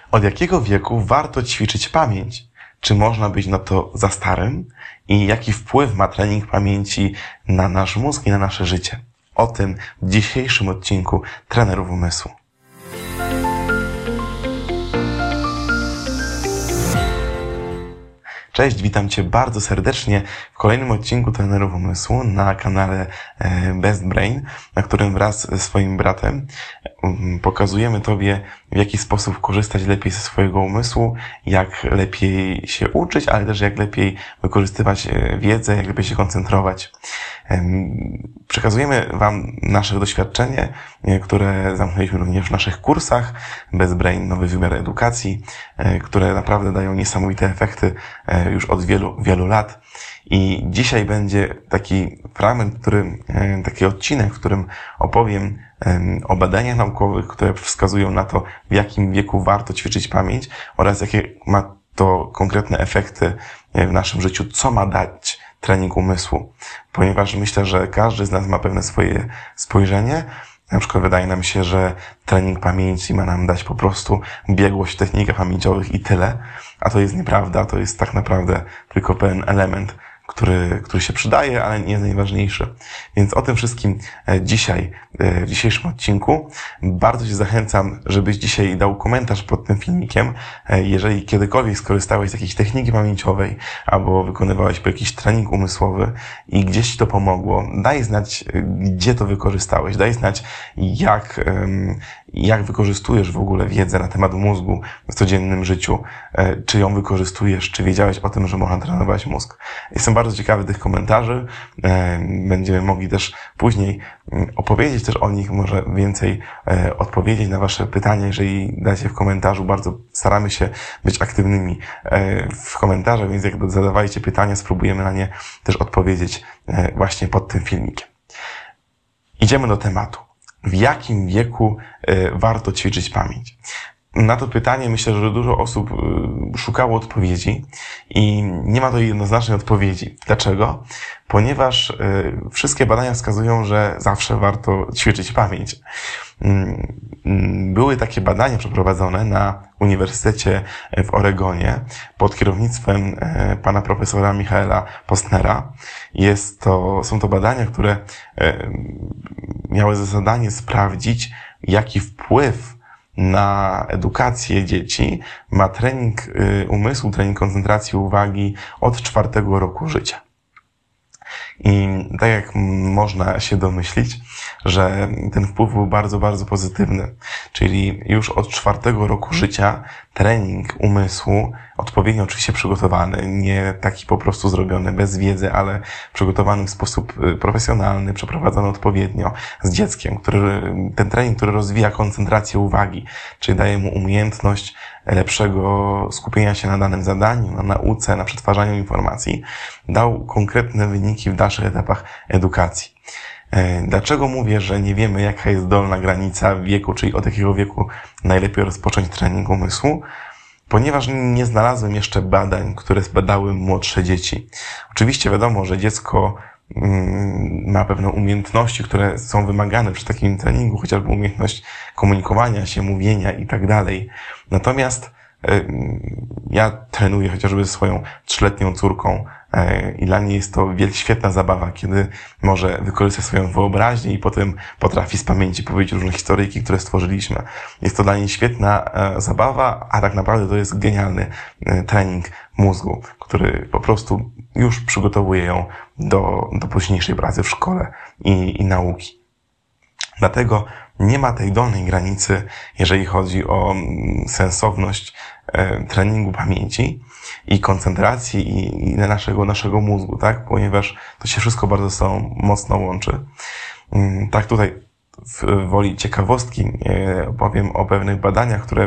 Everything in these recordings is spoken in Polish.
Od jakiego wieku warto ćwiczyć pamięć? Czy można być na to za starym? I jaki wpływ ma trening pamięci na nasz mózg i na nasze życie? O tym w dzisiejszym odcinku Trenerów Umysłu. Cześć, witam Cię bardzo serdecznie w kolejnym odcinku Trenerów Umysłu na kanale Best Brain, na którym wraz ze swoim bratem pokazujemy Tobie, w jaki sposób korzystać lepiej ze swojego umysłu, jak lepiej się uczyć, ale też jak lepiej wykorzystywać wiedzę, jak lepiej się koncentrować. Przekazujemy Wam nasze doświadczenie, które zamknęliśmy również w naszych kursach Best Brain, nowy wymiar edukacji, które naprawdę dają niesamowite efekty już od wielu lat. I dzisiaj będzie taki fragment, taki odcinek, w którym opowiem o badaniach naukowych, które wskazują na to, w jakim wieku warto ćwiczyć pamięć oraz jakie ma to konkretne efekty w naszym życiu, co ma dać trening umysłu. Ponieważ myślę, że każdy z nas ma pewne swoje spojrzenie. Na przykład wydaje nam się, że trening pamięci ma nam dać po prostu biegłość w technikach pamięciowych i tyle. A to jest nieprawda, to jest tak naprawdę tylko pewien element, który się przydaje, ale nie jest najważniejszy. Więc o tym wszystkim dzisiaj, w dzisiejszym odcinku. Bardzo Cię zachęcam, żebyś dzisiaj dał komentarz pod tym filmikiem. Jeżeli kiedykolwiek skorzystałeś z jakiejś techniki pamięciowej albo wykonywałeś jakiś trening umysłowy i gdzieś Ci to pomogło, daj znać, gdzie to wykorzystałeś. Daj znać, jak wykorzystujesz w ogóle wiedzę na temat mózgu w codziennym życiu. Czy ją wykorzystujesz, czy wiedziałeś o tym, że można trenować mózg. Jestem bardzo ciekawy tych komentarzy. Będziemy mogli też później opowiedzieć też o nich, może więcej odpowiedzieć na Wasze pytania, jeżeli dacie w komentarzu. Bardzo staramy się być aktywnymi w komentarzach, więc jak zadawajcie pytania, spróbujemy na nie też odpowiedzieć właśnie pod tym filmikiem. Idziemy do tematu. W jakim wieku warto ćwiczyć pamięć? Na to pytanie myślę, że dużo osób szukało odpowiedzi i nie ma to jednoznacznej odpowiedzi. Dlaczego? Ponieważ wszystkie badania wskazują, że zawsze warto ćwiczyć pamięć. Były takie badania przeprowadzone na Uniwersytecie w Oregonie pod kierownictwem pana profesora Michaela Postnera. Są to badania, które miały za zadanie sprawdzić, jaki wpływ na edukację dzieci ma trening umysłu, trening koncentracji uwagi od 4 roku życia. I tak jak można się domyślić, że ten wpływ był bardzo, bardzo pozytywny. Czyli już od 4 roku życia trening umysłu, odpowiednio oczywiście przygotowany, nie taki po prostu zrobiony bez wiedzy, ale przygotowany w sposób profesjonalny, przeprowadzony odpowiednio z dzieckiem, ten trening, który rozwija koncentrację uwagi, czyli daje mu umiejętność lepszego skupienia się na danym zadaniu, na nauce, na przetwarzaniu informacji, dał konkretne wyniki w dalszych etapach edukacji. Dlaczego mówię, że nie wiemy, jaka jest dolna granica wieku, czyli od jakiego wieku najlepiej rozpocząć trening umysłu? Ponieważ nie znalazłem jeszcze badań, które zbadały młodsze dzieci. Oczywiście wiadomo, że dziecko ma pewne umiejętności, które są wymagane przy takim treningu, chociażby umiejętność komunikowania się, mówienia i tak dalej. Natomiast ja trenuję chociażby ze swoją 3-letnią córką i dla niej jest to świetna zabawa, kiedy może wykorzystać swoją wyobraźnię i potem potrafi z pamięci powiedzieć różne historyjki, które stworzyliśmy. Jest to dla niej świetna zabawa, a tak naprawdę to jest genialny trening mózgu, który po prostu już przygotowuje ją do późniejszej pracy w szkole i nauki. Dlatego nie ma tej dolnej granicy, jeżeli chodzi o sensowność treningu pamięci i koncentracji i naszego mózgu, tak? Ponieważ to się wszystko bardzo mocno łączy. Tak tutaj w woli ciekawostki opowiem o pewnych badaniach, które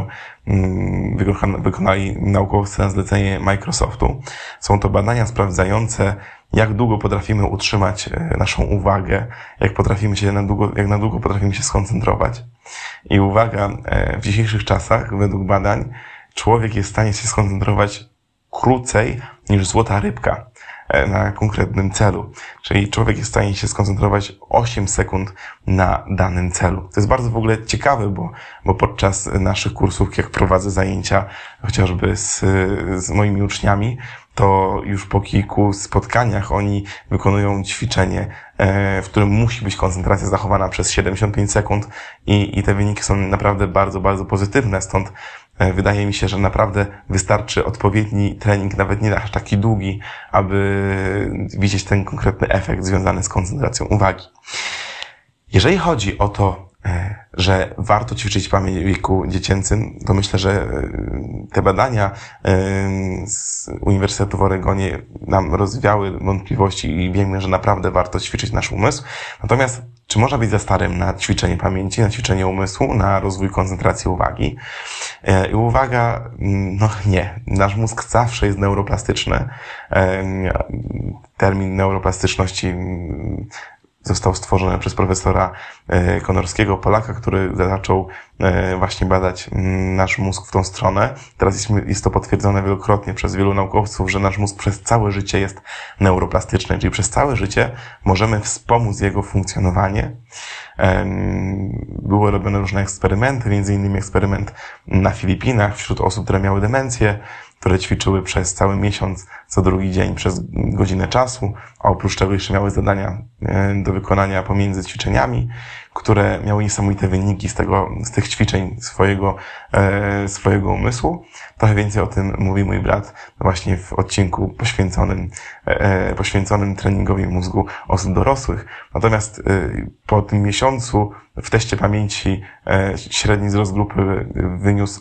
wykonali naukowcy na zlecenie Microsoftu. Są to badania sprawdzające, jak długo potrafimy utrzymać naszą uwagę, jak na długo potrafimy się skoncentrować. I uwaga, w dzisiejszych czasach, według badań, człowiek jest w stanie się skoncentrować krócej niż złota rybka. na konkretnym celu. Czyli człowiek jest w stanie się skoncentrować 8 sekund na danym celu. To jest bardzo w ogóle ciekawe, bo podczas naszych kursów, jak prowadzę zajęcia chociażby z moimi uczniami, to już po kilku spotkaniach oni wykonują ćwiczenie, w którym musi być koncentracja zachowana przez 75 sekund i te wyniki są naprawdę bardzo, bardzo pozytywne. Stąd wydaje mi się, że naprawdę wystarczy odpowiedni trening, nawet nie aż taki długi, aby widzieć ten konkretny efekt związany z koncentracją uwagi. Jeżeli chodzi o to, że warto ćwiczyć pamięć w wieku dziecięcym, to myślę, że te badania z Uniwersytetu w Oregonie nam rozwiały wątpliwości i wiemy, że naprawdę warto ćwiczyć nasz umysł. Natomiast czy można być za starym na ćwiczenie pamięci, na ćwiczenie umysłu, na rozwój koncentracji uwagi? I uwaga, no nie. Nasz mózg zawsze jest neuroplastyczny. Termin neuroplastyczności został stworzony przez profesora Konorskiego, Polaka, który zaczął właśnie badać nasz mózg w tą stronę. Teraz jest to potwierdzone wielokrotnie przez wielu naukowców, że nasz mózg przez całe życie jest neuroplastyczny, czyli przez całe życie możemy wspomóc jego funkcjonowanie. Były robione różne eksperymenty, między innymi eksperyment na Filipinach wśród osób, które miały demencję, które ćwiczyły przez cały miesiąc, co drugi dzień przez godzinę czasu, a oprócz tego jeszcze miały zadania do wykonania pomiędzy ćwiczeniami, które miały niesamowite wyniki z tych ćwiczeń swojego umysłu. Trochę więcej o tym mówi mój brat właśnie w odcinku poświęconym treningowi mózgu osób dorosłych. Natomiast po tym miesiącu w teście pamięci średni wzrost grupy wyniósł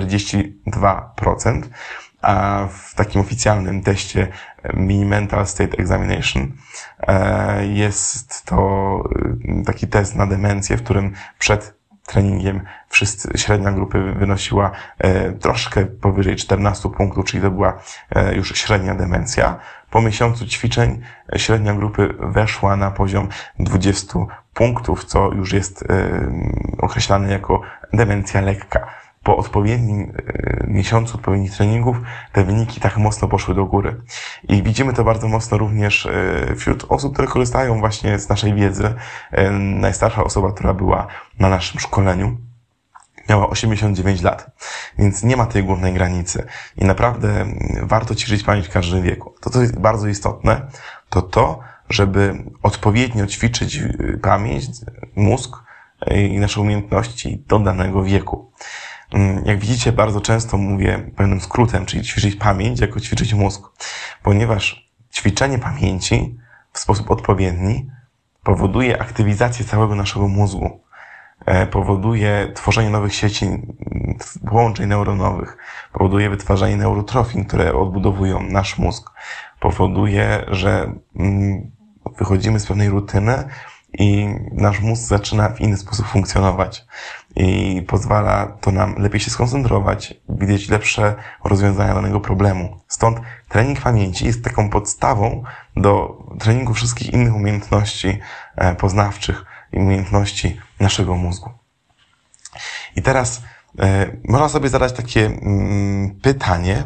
42%, a w takim oficjalnym teście Mini Mental State Examination jest to taki test na demencję, w którym przed treningiem średnia grupy wynosiła troszkę powyżej 14 punktów, czyli to była już średnia demencja. Po miesiącu ćwiczeń średnia grupy weszła na poziom 20 punktów, co już jest określane jako demencja lekka. Po odpowiednim miesiącu, odpowiednich treningów te wyniki tak mocno poszły do góry. I widzimy to bardzo mocno również wśród osób, które korzystają właśnie z naszej wiedzy. Najstarsza osoba, która była na naszym szkoleniu, miała 89 lat, więc nie ma tej górnej granicy. I naprawdę warto ćwiczyć pamięć w każdym wieku. To, co jest bardzo istotne, to, żeby odpowiednio ćwiczyć pamięć, mózg i nasze umiejętności do danego wieku. Jak widzicie, bardzo często mówię pewnym skrótem, czyli ćwiczyć pamięć jako ćwiczyć mózg, ponieważ ćwiczenie pamięci w sposób odpowiedni powoduje aktywizację całego naszego mózgu, powoduje tworzenie nowych sieci połączeń neuronowych, powoduje wytwarzanie neurotrofin, które odbudowują nasz mózg, powoduje, że wychodzimy z pewnej rutyny i nasz mózg zaczyna w inny sposób funkcjonować i pozwala to nam lepiej się skoncentrować, widzieć lepsze rozwiązania danego problemu. Stąd trening pamięci jest taką podstawą do treningu wszystkich innych umiejętności poznawczych i umiejętności naszego mózgu. I teraz można sobie zadać takie pytanie,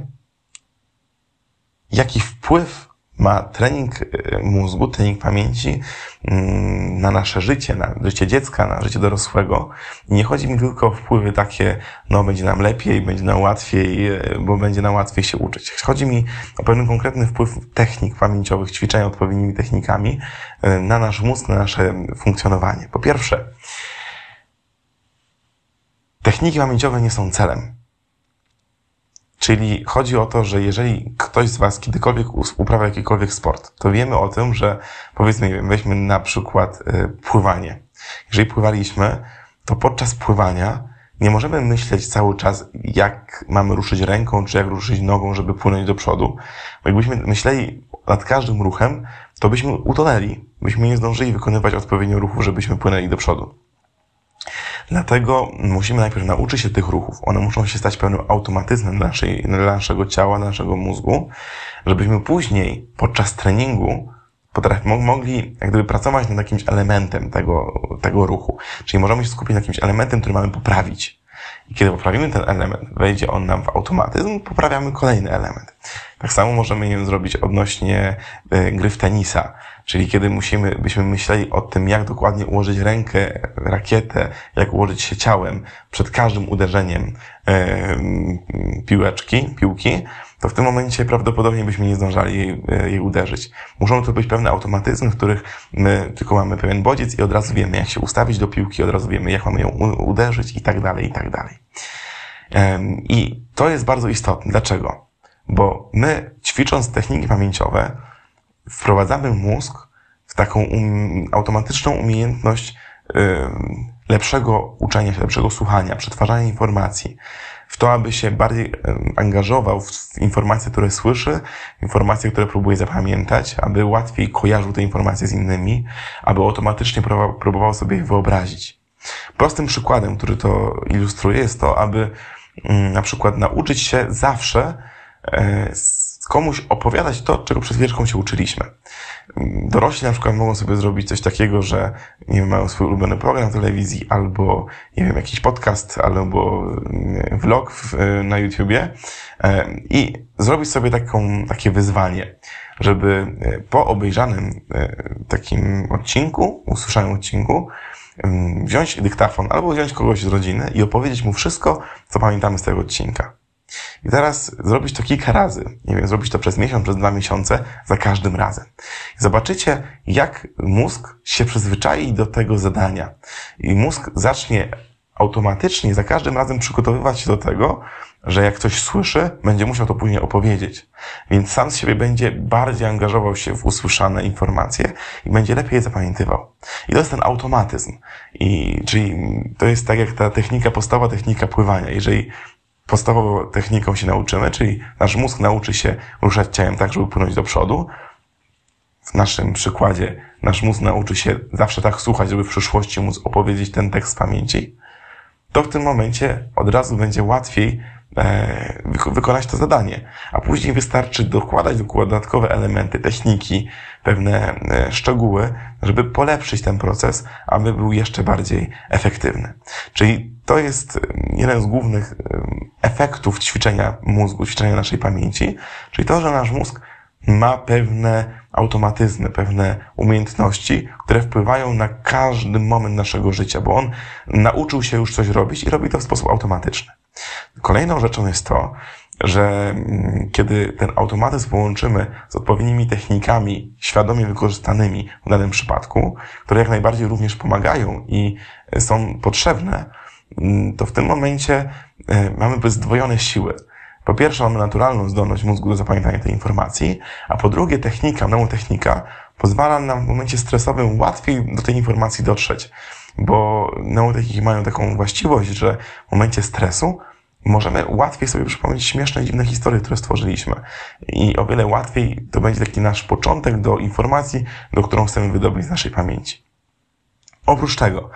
jaki wpływ ma trening mózgu, trening pamięci na nasze życie, na życie dziecka, na życie dorosłego. I nie chodzi mi tylko o wpływy takie, będzie nam lepiej, będzie nam łatwiej, bo będzie nam łatwiej się uczyć. Chodzi mi o pewien konkretny wpływ technik pamięciowych, ćwiczenia odpowiednimi technikami na nasz mózg, na nasze funkcjonowanie. Po pierwsze, techniki pamięciowe nie są celem. Czyli chodzi o to, że jeżeli ktoś z Was kiedykolwiek uprawia jakikolwiek sport, to wiemy o tym, że powiedzmy, weźmy na przykład pływanie. Jeżeli pływaliśmy, to podczas pływania nie możemy myśleć cały czas, jak mamy ruszyć ręką, czy jak ruszyć nogą, żeby płynąć do przodu. Bo jakbyśmy myśleli nad każdym ruchem, to byśmy utonęli. Byśmy nie zdążyli wykonywać odpowiednio ruchów, żebyśmy płynęli do przodu. Dlatego musimy najpierw nauczyć się tych ruchów. One muszą się stać pewnym automatyzmem dla naszego ciała, dla naszego mózgu, żebyśmy później podczas treningu mogli jak gdyby pracować nad jakimś elementem tego ruchu. Czyli możemy się skupić na jakimś elementem, który mamy poprawić. I kiedy poprawimy ten element, wejdzie on nam w automatyzm, poprawiamy kolejny element. Tak samo możemy ją zrobić odnośnie gry w tenisa, czyli kiedy byśmy myśleli o tym, jak dokładnie ułożyć rękę, rakietę, jak ułożyć się ciałem przed każdym uderzeniem piłki, to w tym momencie prawdopodobnie byśmy nie zdążali jej uderzyć. Muszą to być pewne automatyzmy, w których my tylko mamy pewien bodziec i od razu wiemy, jak się ustawić do piłki, od razu wiemy, jak mamy ją uderzyć i tak dalej, i tak dalej. I to jest bardzo istotne. Dlaczego? Bo my, ćwicząc techniki pamięciowe, wprowadzamy mózg w taką automatyczną umiejętność lepszego uczenia się, lepszego słuchania, przetwarzania informacji, w to, aby się bardziej angażował w informacje, które słyszy, informacje, które próbuje zapamiętać, aby łatwiej kojarzył te informacje z innymi, aby automatycznie próbował sobie ich wyobrazić. Prostym przykładem, który to ilustruje, jest to, aby na przykład nauczyć się zawsze komuś opowiadać to, czego przed chwileczką się uczyliśmy. Dorośli na przykład mogą sobie zrobić coś takiego, że nie wiem, mają swój ulubiony program w telewizji, albo nie wiem, jakiś podcast, albo vlog na YouTubie i zrobić sobie takie wyzwanie, żeby po obejrzanym takim odcinku, usłyszanym odcinku, wziąć dyktafon albo wziąć kogoś z rodziny i opowiedzieć mu wszystko, co pamiętamy z tego odcinka. I teraz zrobić to kilka razy. Nie wiem, zrobić to przez miesiąc, przez 2 miesiące, za każdym razem. I zobaczycie, jak mózg się przyzwyczai do tego zadania. I mózg zacznie automatycznie za każdym razem przygotowywać się do tego, że jak coś słyszy, będzie musiał to później opowiedzieć. Więc sam z siebie będzie bardziej angażował się w usłyszane informacje i będzie lepiej je zapamiętywał. I to jest ten automatyzm. Czyli to jest tak jak ta podstawowa technika pływania. Jeżeli podstawową techniką się nauczymy, czyli nasz mózg nauczy się ruszać ciałem tak, żeby płynąć do przodu. W naszym przykładzie nasz mózg nauczy się zawsze tak słuchać, żeby w przyszłości móc opowiedzieć ten tekst z pamięci. To w tym momencie od razu będzie łatwiej wykonać to zadanie. A później wystarczy dokładać dodatkowe elementy, techniki, pewne szczegóły, żeby polepszyć ten proces, aby był jeszcze bardziej efektywny. Czyli to jest jeden z głównych efektów ćwiczenia mózgu, ćwiczenia naszej pamięci, czyli to, że nasz mózg ma pewne automatyzmy, pewne umiejętności, które wpływają na każdy moment naszego życia, bo on nauczył się już coś robić i robi to w sposób automatyczny. Kolejną rzeczą jest to, że kiedy ten automatyzm połączymy z odpowiednimi technikami świadomie wykorzystanymi w danym przypadku, które jak najbardziej również pomagają i są potrzebne, to w tym momencie mamy zdwojone siły. Po pierwsze mamy naturalną zdolność mózgu do zapamiętania tej informacji, a po drugie mnemotechnika pozwala nam w momencie stresowym łatwiej do tej informacji dotrzeć, bo mnemotechniki mają taką właściwość, że w momencie stresu możemy łatwiej sobie przypomnieć śmieszne, dziwne historie, które stworzyliśmy. I o wiele łatwiej to będzie taki nasz początek do informacji, do którą chcemy wydobyć z naszej pamięci. Oprócz tego,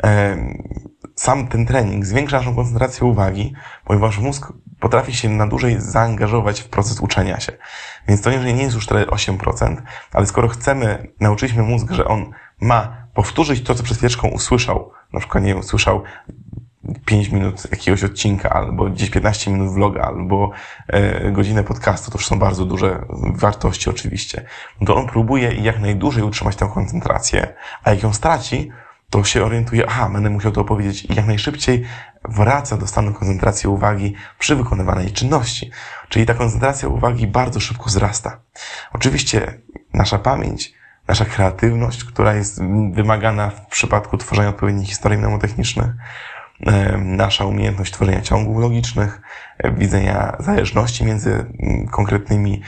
sam ten trening zwiększa naszą koncentrację uwagi, ponieważ mózg potrafi się na dłużej zaangażować w proces uczenia się. Więc to nie jest już 8%, ale skoro nauczyliśmy mózg, że on ma powtórzyć to, co przed chwileczką usłyszał, na przykład nie usłyszał 5 minut jakiegoś odcinka, albo gdzieś 15 minut vloga, albo godzinę podcastu, to już są bardzo duże wartości oczywiście, to on próbuje jak najdłużej utrzymać tę koncentrację, a jak ją straci, to się orientuje, będę musiał to opowiedzieć i jak najszybciej wraca do stanu koncentracji uwagi przy wykonywanej czynności. Czyli ta koncentracja uwagi bardzo szybko wzrasta. Oczywiście nasza pamięć, nasza kreatywność, która jest wymagana w przypadku tworzenia odpowiednich historii mnemotechnicznych, nasza umiejętność tworzenia ciągów logicznych, widzenia zależności między konkretnymi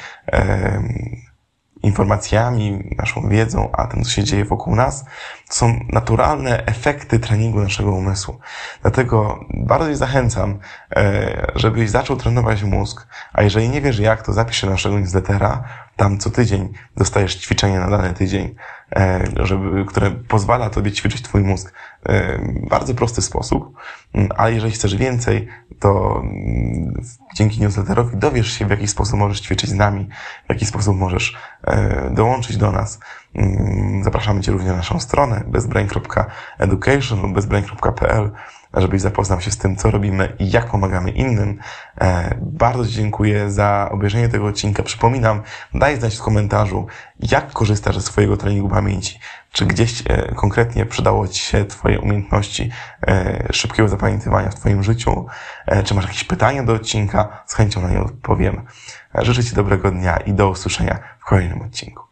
informacjami, naszą wiedzą, a tym, co się dzieje wokół nas, to są naturalne efekty treningu naszego umysłu. Dlatego bardzo zachęcam, żebyś zaczął trenować mózg, a jeżeli nie wiesz jak, to zapisz się do naszego newslettera. Tam co tydzień dostajesz ćwiczenie na dany tydzień, które pozwala tobie ćwiczyć twój mózg w bardzo prosty sposób. Ale jeżeli chcesz więcej, to dzięki newsletterowi dowiesz się, w jaki sposób możesz ćwiczyć z nami, w jaki sposób możesz dołączyć do nas. Zapraszamy cię również na naszą stronę bezbrain.education lub bezbrain.pl, żebyś zapoznał się z tym, co robimy i jak pomagamy innym. Bardzo Ci dziękuję za obejrzenie tego odcinka. Przypominam, daj znać w komentarzu, jak korzystasz ze swojego treningu pamięci. Czy gdzieś konkretnie przydało Ci się Twoje umiejętności szybkiego zapamiętywania w Twoim życiu? Czy masz jakieś pytania do odcinka? Z chęcią na nie odpowiem. Życzę Ci dobrego dnia i do usłyszenia w kolejnym odcinku.